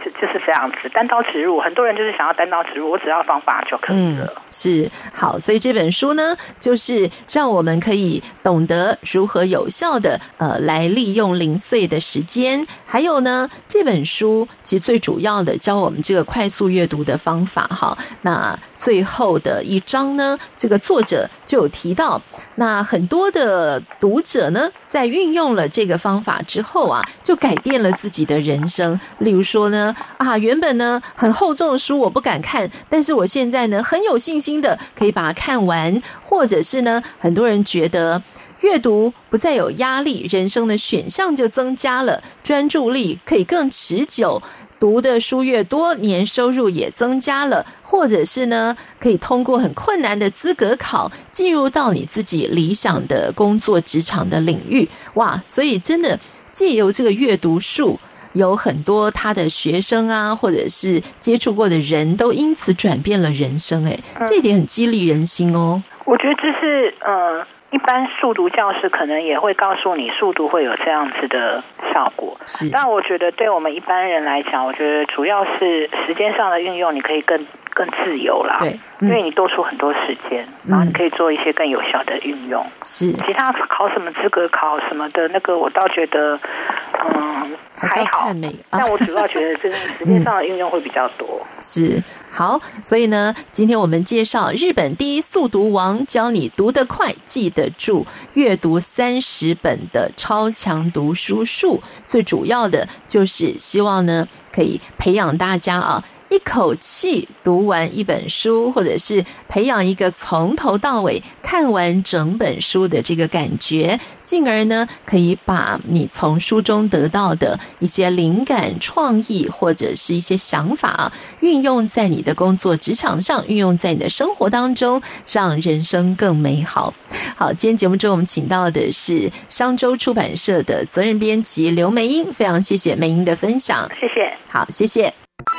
就就是这样子，单刀直入。很多人就是想要单刀直入，我只要方法就可以了。 嗯，是好，所以这本书呢，就是让我们可以懂得如何有效的呃来利用零碎的时间。还有呢，这本书其实最主要的教我们这个快速阅读的方法哈。那最后的一章呢，这个作者就有提到，那很多的读者呢，在运用了这个方法之后啊，就改变了自己的人生。例如说呢，啊，原本呢很厚重的书我不敢看，但是我现在呢很有信心的可以把它看完，或者是呢，很多人觉得阅读不再有压力，人生的选项就增加了，专注力可以更持久，读的书越多，年收入也增加了，或者是呢，可以通过很困难的资格考，进入到你自己理想的工作职场的领域。哇，所以真的借由这个阅读术，有很多他的学生啊，或者是接触过的人都因此转变了人生。哎，这一点很激励人心哦。 我觉得这是呃。一般速读教室可能也会告诉你速读会有这样子的效果， 是。 但我觉得对我们一般人来讲，我觉得主要是时间上的运用，你可以更更自由啦。 对， 嗯、因为你多出很多时间，然后你可以做一些更有效的运用。 是。其他考什么资格考什么的那个，我倒觉得，嗯，还好。 看美啊、 但我主要觉得这个时间上的运用会比较多。 嗯、是。好，所以呢，今天我们介绍日本第一速读王，教你读得快、记得住，阅读三十本的超强读书术。最主要的就是希望呢，可以培养大家啊，一口气读完一本书，或者是培养一个从头到尾看完整本书的这个感觉，进而呢，可以把你从书中得到的一些灵感、创意或者是一些想法，运用在你的工作职场上，运用在你的生活当中，让人生更美好。好，今天节目中我们请到的是商周出版社的责任编辑刘梅英，非常谢谢梅英的分享。 谢谢。 好，谢谢。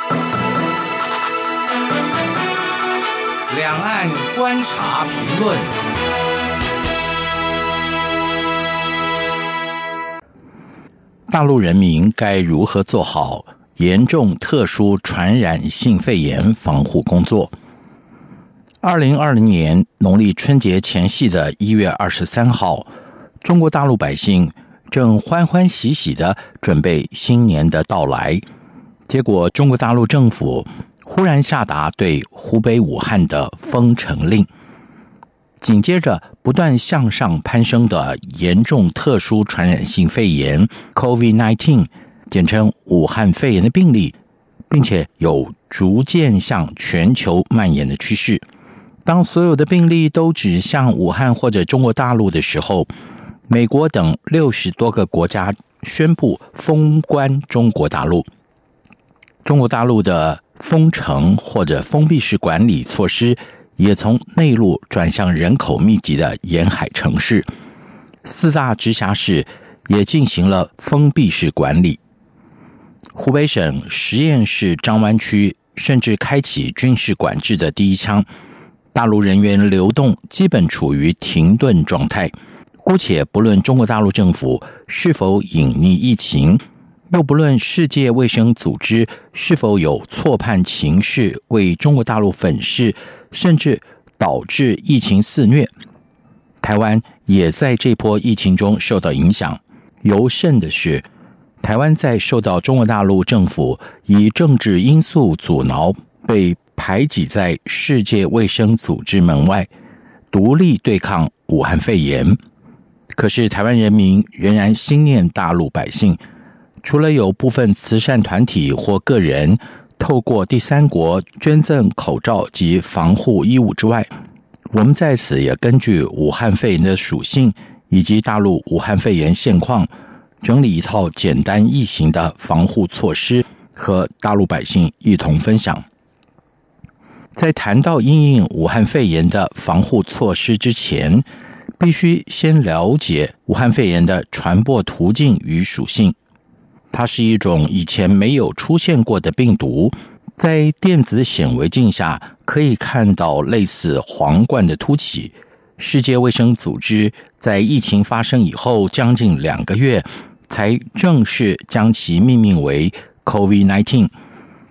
两岸观察评论。大陆人民该如何做好严重特殊传染性肺炎防护工作？二零二零年农历春节前夕的一月二十三号，中国大陆百姓正欢欢喜喜地准备新年的到来，结果中国大陆政府忽然下达对湖北武汉的封城令，紧接着不断向上攀升的严重特殊传染性肺炎 COVID 十九， 简称武汉肺炎的病例，并且有逐渐向全球蔓延的趋势。当所有的病例都指向武汉或者中国大陆的时候，美国等六十多个国家宣布封关中国大陆。中国大陆的封城或者封闭式管理措施也从内陆转向人口密集的沿海城市，四大直辖市也进行了封闭式管理。湖北省十堰市张湾区甚至开启军事管制的第一枪，大陆人员流动基本处于停顿状态。姑且不论中国大陆政府是否隐匿疫情，又不论世界卫生组织是否有错判情势，为中国大陆粉饰，甚至导致疫情肆虐，台湾也在这波疫情中受到影响。尤甚的是，台湾在受到中国大陆政府以政治因素阻挠，被排挤在世界卫生组织门外，独立对抗武汉肺炎。可是台湾人民仍然心念大陆百姓，除了有部分慈善团体或个人透过第三国捐赠口罩及防护衣物之外，我们在此也根据武汉肺炎的属性以及大陆武汉肺炎现况，整理一套简单易行的防护措施，和大陆百姓一同分享。在谈到因应武汉肺炎的防护措施之前，必须先了解武汉肺炎的传播途径与属性。它是一种以前没有出现过的病毒，在电子显微镜下可以看到类似皇冠的凸起。世界卫生组织在疫情发生以后将近两个月，才正式将其命名为 COVID 十九。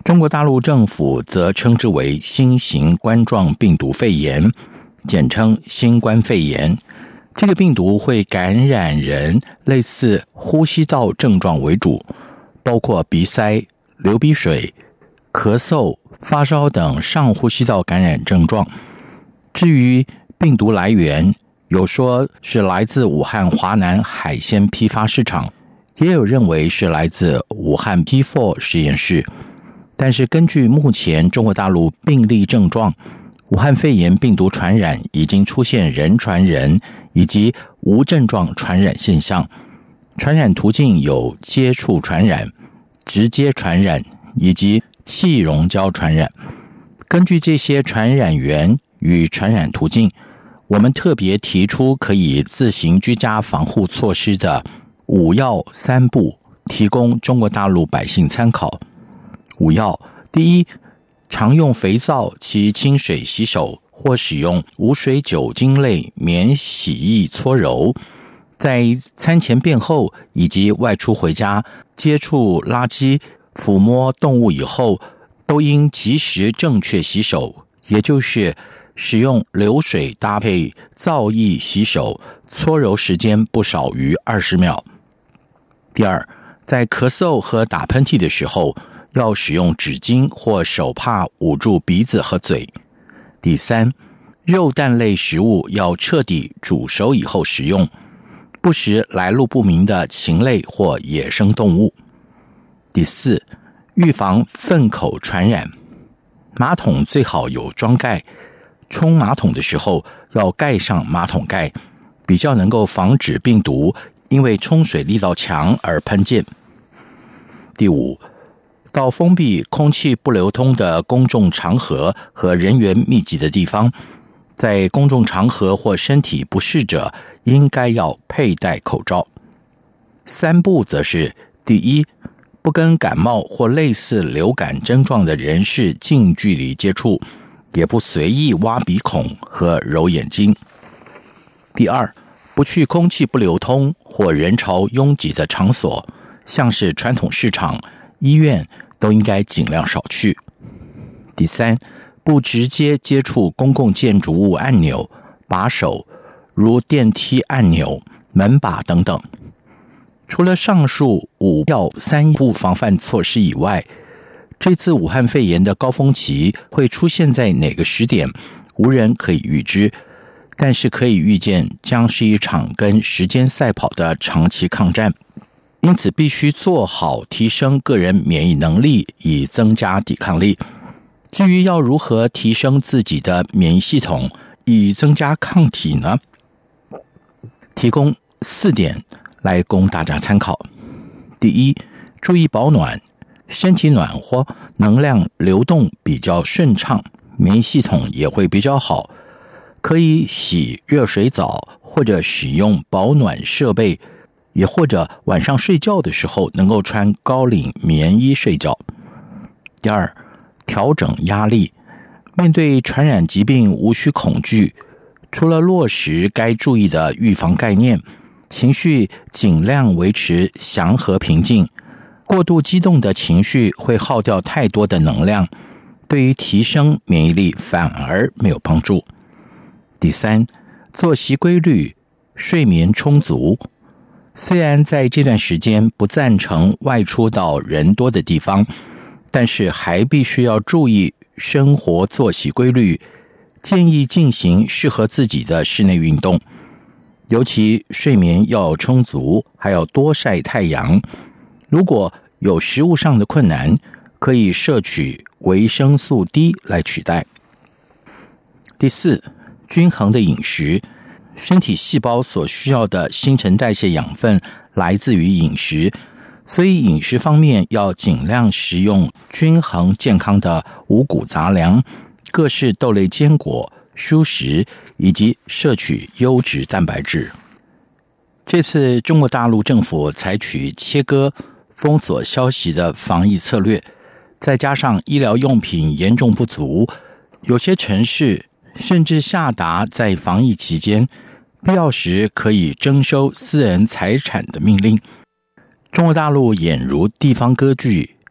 中国大陆政府则称之为新型冠状病毒肺炎，简称新冠肺炎。这个病毒会感染人类似呼吸道症状为主，包括鼻塞、流鼻水、咳嗽、发烧等上呼吸道感染症状。至于病毒来源，有说是来自武汉华南海鲜批发市场，也有认为是来自武汉 P 四 实验室。但是根据目前中国大陆病例症状，武汉肺炎病毒传染已经出现人传人以及无症状传染现象，传染途径有接触传染、直接传染以及气溶胶传染。根据这些传染源与传染途径，我们特别提出可以自行居家防护措施的五要三不，提供中国大陆百姓参考。五要：第一，常用肥皂及清水洗手，或使用无水酒精类免洗液搓揉。在餐前便后以及外出回家接触垃圾、抚摸动物以后，都应及时正确洗手，也就是使用流水搭配皂液洗手，搓揉时间不少于二十秒。第二，在咳嗽和打喷嚏的时候，要使用纸巾或手帕捂住鼻子和嘴。第三，肉蛋类食物要彻底煮熟以后食用，不食来路不明的禽类或野生动物。第四，预防粪口传染，马桶最好有装盖，冲马桶的时候要盖上马桶盖，比较能够防止病毒因为冲水力道强而喷溅。第五，到封闭空气不流通的公众场合和人员密集的地方，在公众场合或身体不适者，应该要佩戴口罩。三不则是：第一，不跟感冒或类似流感症状的人士近距离接触，也不随意挖鼻孔和揉眼睛。第二，不去空气不流通或人潮拥挤的场所，像是传统市场、医院，都应该尽量少去。第三，不直接接触公共建筑物按钮、把手，如电梯按钮、门把等等。除了上述五要三不防范措施以外，这次武汉肺炎的高峰期会出现在哪个时点，无人可以预知，但是可以预见将是一场跟时间赛跑的长期抗战，因此必须做好提升个人免疫能力，以增加抵抗力。至于要如何提升自己的免疫系统，以增加抗体呢？提供四点来供大家参考。第一，注意保暖，身体暖和，能量流动比较顺畅，免疫系统也会比较好。可以洗热水澡，或者使用保暖设备，也或者晚上睡觉的时候能够穿高领棉衣睡觉。第二，调整压力，面对传染疾病无需恐惧，除了落实该注意的预防概念，情绪尽量维持祥和平静。过度激动的情绪会耗掉太多的能量，对于提升免疫力反而没有帮助。第三，作息规律，睡眠充足。虽然在这段时间不赞成外出到人多的地方，但是还必须要注意生活作息规律，建议进行适合自己的室内运动，尤其睡眠要充足，还要多晒太阳。如果有食物上的困难，可以摄取维生素 D 来取代。第四，均衡的饮食，身体细胞所需要的新陈代谢养分来自于饮食，所以饮食方面要尽量食用均衡健康的五谷杂粮，各式豆类坚果、蔬食，以及摄取优质蛋白质。这次中国大陆政府采取切割、封锁消息的防疫策略，再加上医疗用品严重不足，有些城市甚至下达在防疫期间必要时可以征收私人财产的命令。中国大陆俨如地方割据，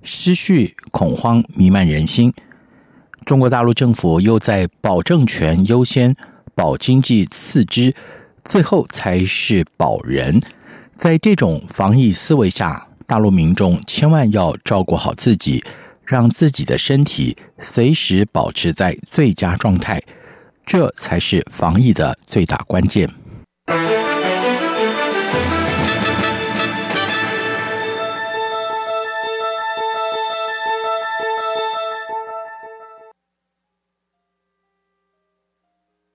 失序恐慌弥漫人心。中国大陆政府又在保政权优先、保经济次之，最后才是保人。在这种防疫思维下，大陆民众千万要照顾好自己，让自己的身体随时保持在最佳状态，这才是防疫的最大关键。